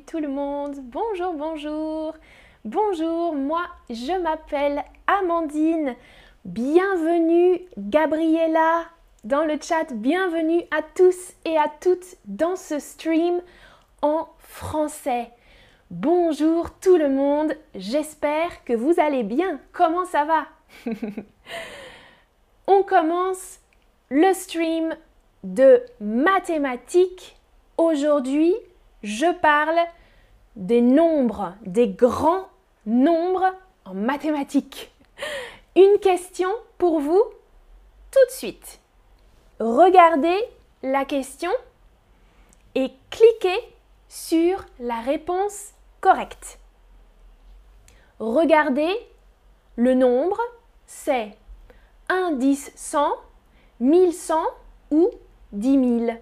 tout le monde. Bonjour, bonjour. Bonjour, moi je m'appelle Amandine. Bienvenue Gabriella dans le chat. Bienvenue à tous et à toutes dans ce stream en français. Bonjour tout le monde. J'espère que vous allez bien. Comment ça va? On commence le stream de mathématiques. Aujourd'hui, je parle des nombres, des grands nombres en mathématiques. Une question pour vous tout de suite. Regardez la question et cliquez sur la réponse correcte. Regardez le nombre, c'est 1, 10, 100, 1100 ou 10 000.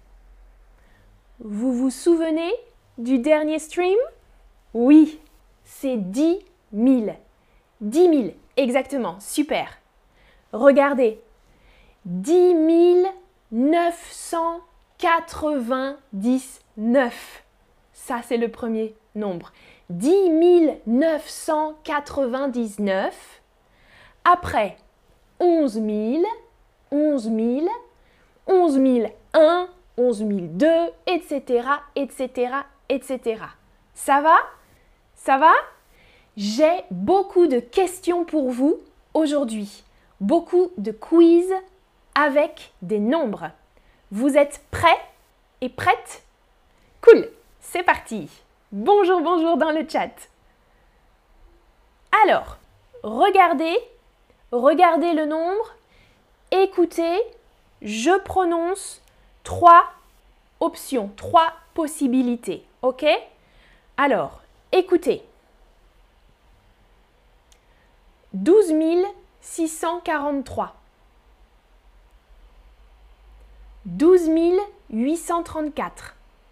Vous vous souvenez du dernier stream? Oui, c'est 10 000. 10 000, exactement, super. Regardez, 10 999. Ça, c'est le premier nombre. 10 999. Après, 11 000, 11 000, 11 001, 11 002, etc., etc., etc. Ça va? Ça va? J'ai beaucoup de questions pour vous aujourd'hui. Beaucoup de quiz avec des nombres. Vous êtes prêts et prêtes? Cool, c'est parti. Bonjour, bonjour dans le chat. Alors, regardez le nombre. Écoutez, je prononce 3 options, 3 possibilités, ok? Alors, écoutez. 12 643. 12 834.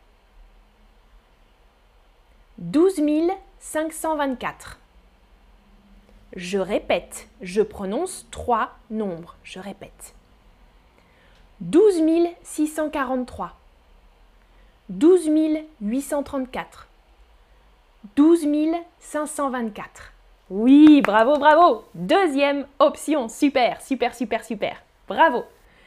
12 524. Je répète, je prononce 3 nombres, je répète. 12 643, 12 834, 12 524. Oui, bravo, bravo. Deuxième option, super, super, super, super. Bravo.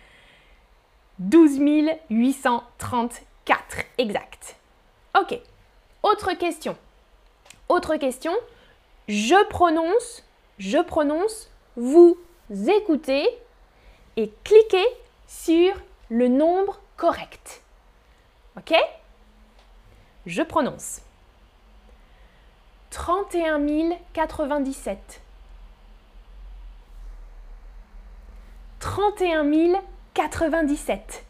12 834, exact. Ok, autre question. Autre question, je prononce, vous écoutez et cliquez sur le nombre correct. Ok? Je prononce. 31 097. 31 097.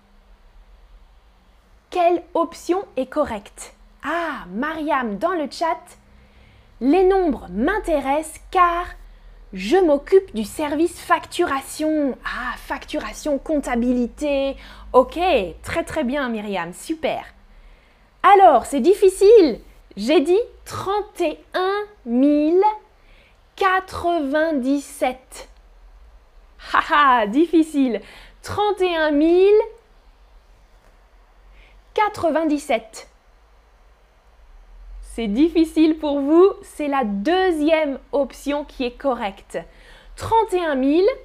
Quelle option est correcte? Ah, Mariam, dans le chat, les nombres m'intéressent car je m'occupe du service facturation. Ah, facturation, comptabilité. Ok, très très bien Myriam, super. Alors, c'est difficile. J'ai dit 31 097. Haha, difficile. 31 097. C'est difficile pour vous, c'est la deuxième option qui est correcte. 31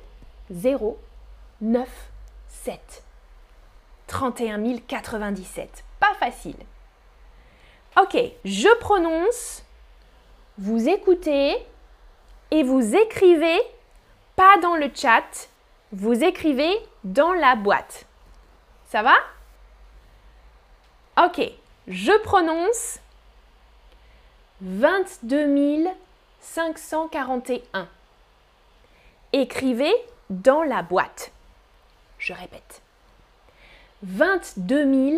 097. 31 097. Pas facile. Ok, je prononce, vous écoutez et vous écrivez, pas dans le chat, vous écrivez dans la boîte. Ça va? Ok, je prononce 22 541. Écrivez dans la boîte. Je répète. 22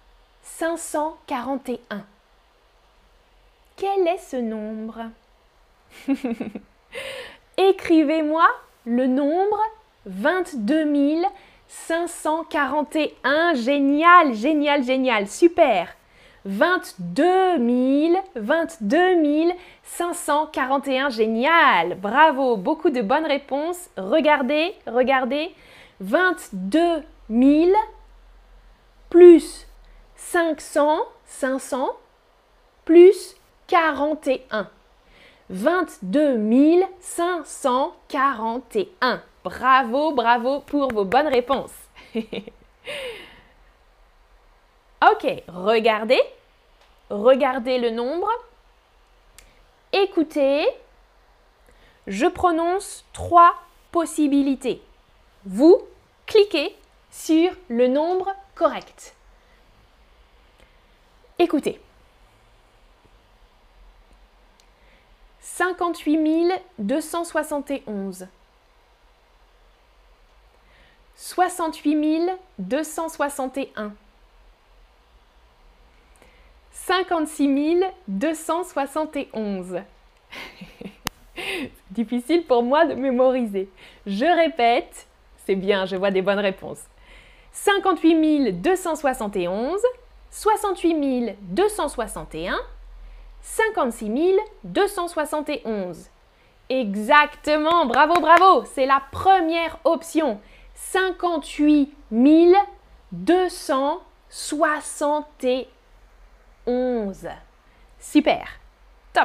541. Quel est ce nombre? Écrivez-moi le nombre 22 541. Génial, génial, génial, super. 22 541, génial, bravo, beaucoup de bonnes réponses. Regardez, 22 000 plus 500, plus 41. 22 541. Bravo, bravo pour vos bonnes réponses. Ok, regardez le nombre. Écoutez, je prononce 3 possibilités. Vous cliquez sur le nombre correct. Écoutez. 58 271. 68 261. 56 271. Difficile pour moi de mémoriser. Je répète, c'est bien, je vois des bonnes réponses. 58 271, 68 261, 56 271. Exactement, bravo, bravo, c'est la première option. 58 271. Super, top.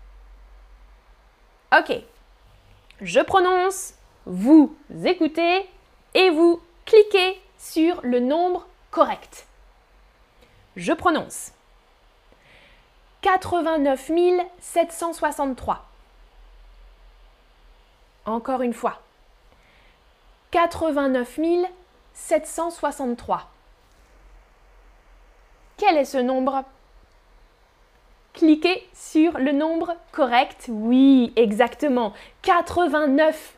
Ok, je prononce, vous écoutez et vous cliquez sur le nombre correct. Je prononce 89 763. Encore une fois. 89 763. Quel est ce nombre? Cliquez sur le nombre correct. Oui, exactement. 89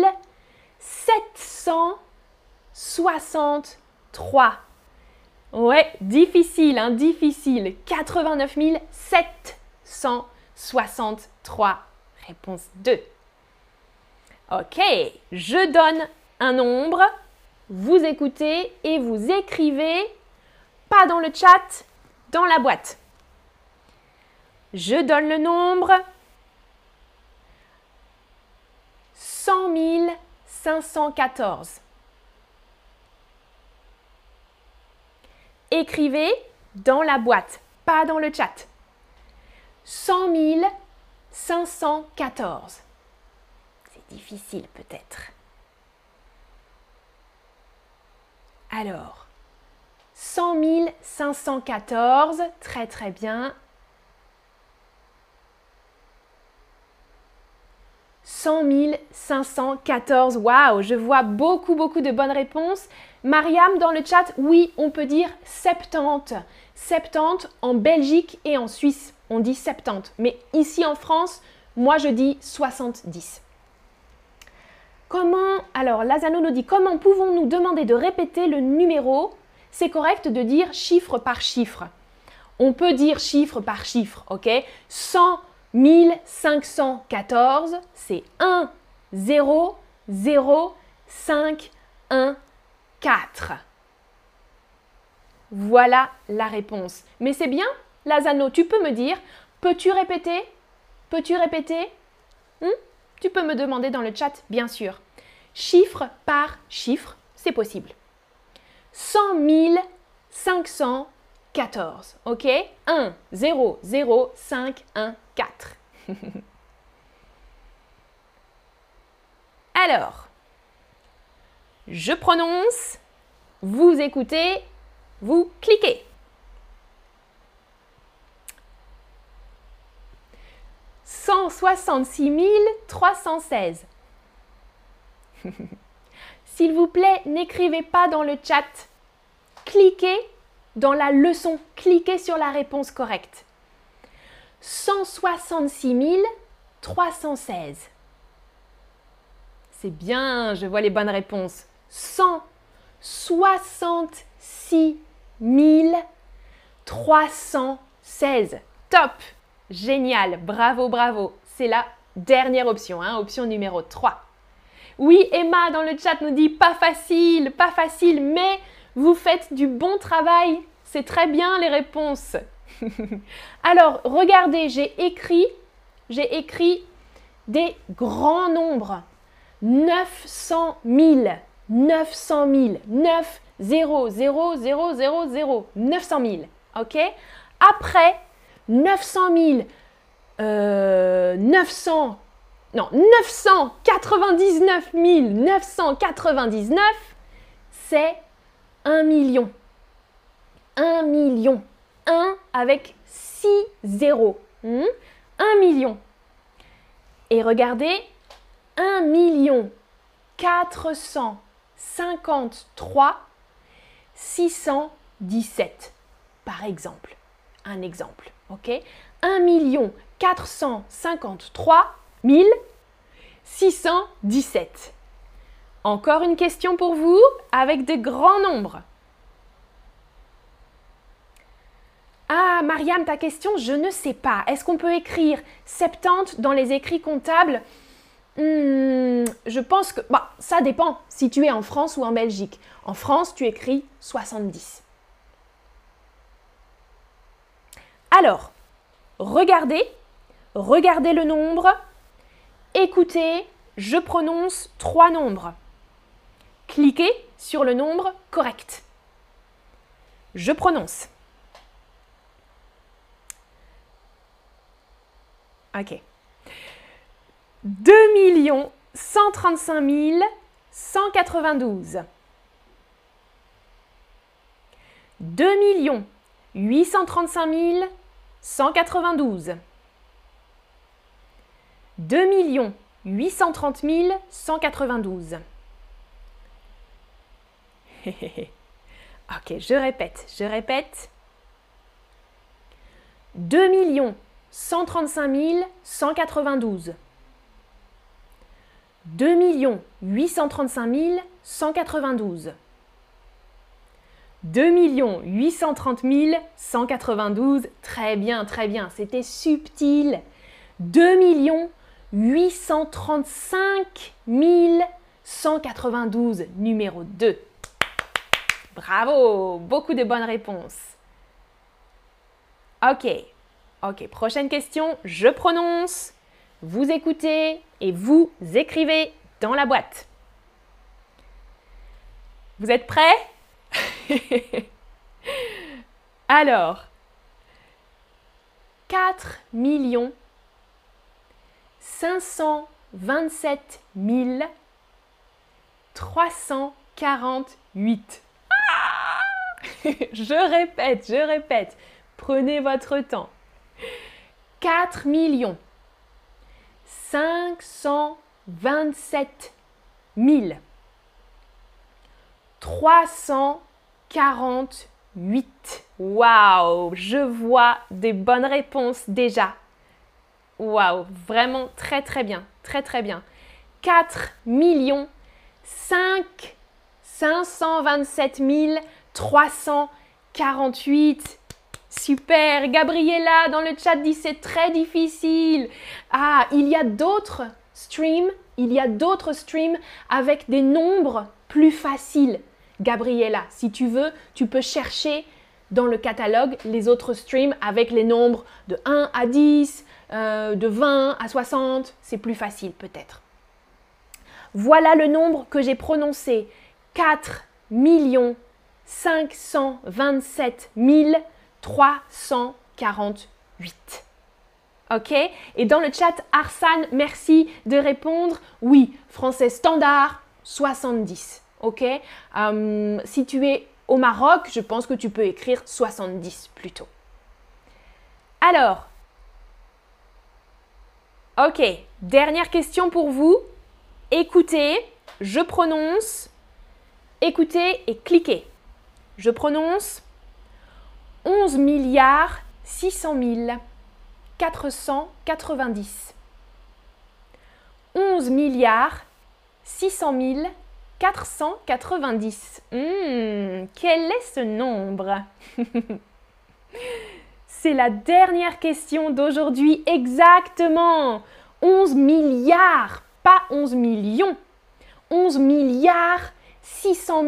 763. Ouais, difficile, hein, difficile. 89 763. Réponse 2. Ok, je donne un nombre. Vous écoutez et vous écrivez. Pas dans le chat, dans la boîte. Je donne le nombre 100 514. Écrivez dans la boîte, pas dans le chat. 100 514. C'est difficile peut-être. Alors, 100 514, très très bien. 100 514, waouh, je vois beaucoup de bonnes réponses. Mariam dans le chat, oui, on peut dire 70. 70 en Belgique et en Suisse, on dit 70. Mais ici en France, moi je dis 70. Alors Lazano nous dit, comment pouvons-nous demander de répéter le numéro? C'est correct de dire chiffre par chiffre. On peut dire chiffre par chiffre, ok? 100 514, c'est 1, 0, 0, 5, 1, 4. Voilà la réponse. Mais c'est bien, Lazano, tu peux me dire, peux-tu répéter? Peux-tu répéter? Tu peux me demander dans le chat, bien sûr. Chiffre par chiffre, c'est possible. 100 514, ok? 1, 0, 0, 5, 1, 4. Alors, je prononce, vous écoutez, vous cliquez. 166 316. S'il vous plaît, n'écrivez pas dans le chat. Cliquez dans la leçon. Cliquez sur la réponse correcte. 166 316. C'est bien, je vois les bonnes réponses. 166 316. Top! Génial, bravo, bravo. C'est la dernière option, hein, option numéro 3. Oui, Emma dans le chat nous dit pas facile, mais vous faites du bon travail. C'est très bien les réponses. Alors, regardez, j'ai écrit des grands nombres. 900 000, 900 000, 9, 0, 0, 0, 0, 0, 900 000. Ok? Après, 900 000, 999 999, c'est 1 million. 1 million. 1 avec 6 zéros. 1 million. Et regardez, 1 million 453 617, par exemple. Un exemple, ok? 1 million 453 617. Encore une question pour vous avec de grands nombres. Ah, Mariam, ta question, je ne sais pas. Est-ce qu'on peut écrire 70 dans les écrits comptables? Je pense que... ça dépend si tu es en France ou en Belgique. En France, tu écris 70. Alors, regardez le nombre. Écoutez, je prononce 3 nombres. Cliquez sur le nombre correct. Je prononce. Ok. 2 135 192. 2 835 192. 2 830 192. Ok, je répète. 2 135 192. 2 835 192. 2 830 192. Très bien, c'était subtil. 2 835 192, numéro 2. Bravo, beaucoup de bonnes réponses. Ok, prochaine question, je prononce, vous écoutez et vous écrivez dans la boîte. Vous êtes prêts? Alors, 4 527 348. Je répète. Prenez votre temps. 4 527 348. Waouh, je vois des bonnes réponses déjà. Waouh, vraiment très bien. 4 527 348. Super, Gabriella dans le chat dit c'est très difficile. Ah, il y a d'autres streams avec des nombres plus faciles. Gabriella, si tu veux, tu peux chercher dans le catalogue les autres streams avec les nombres de 1 à 10, de 20 à 60, c'est plus facile peut-être. Voilà le nombre que j'ai prononcé, 4 527 348. Ok? Et dans le chat, Arsane, merci de répondre. Oui, français standard, 70. Ok? Si tu es au Maroc, je pense que tu peux écrire 70 plutôt. Alors, ok, dernière question pour vous. Écoutez, je prononce. Écoutez et cliquez. Je prononce 11 600 490. 11 600 490. Quel est ce nombre? C'est la dernière question d'aujourd'hui, exactement. 11 milliards, pas 11 millions. 11 600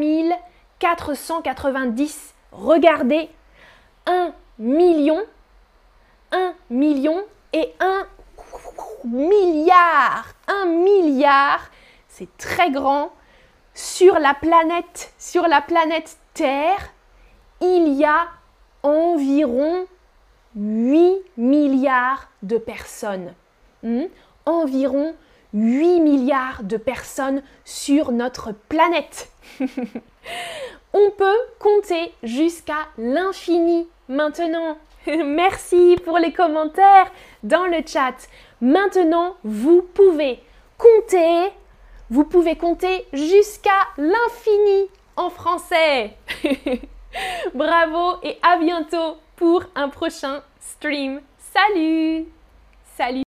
490. Regardez, 1 million et 1 milliard. 1 milliard, c'est très grand. Sur la planète Terre, il y a environ 8 milliards de personnes. Environ 8 milliards de personnes sur notre planète. On peut compter jusqu'à l'infini maintenant. Merci pour les commentaires dans le chat. Maintenant, vous pouvez compter jusqu'à l'infini en français. Bravo et à bientôt pour un prochain stream. Salut! Salut!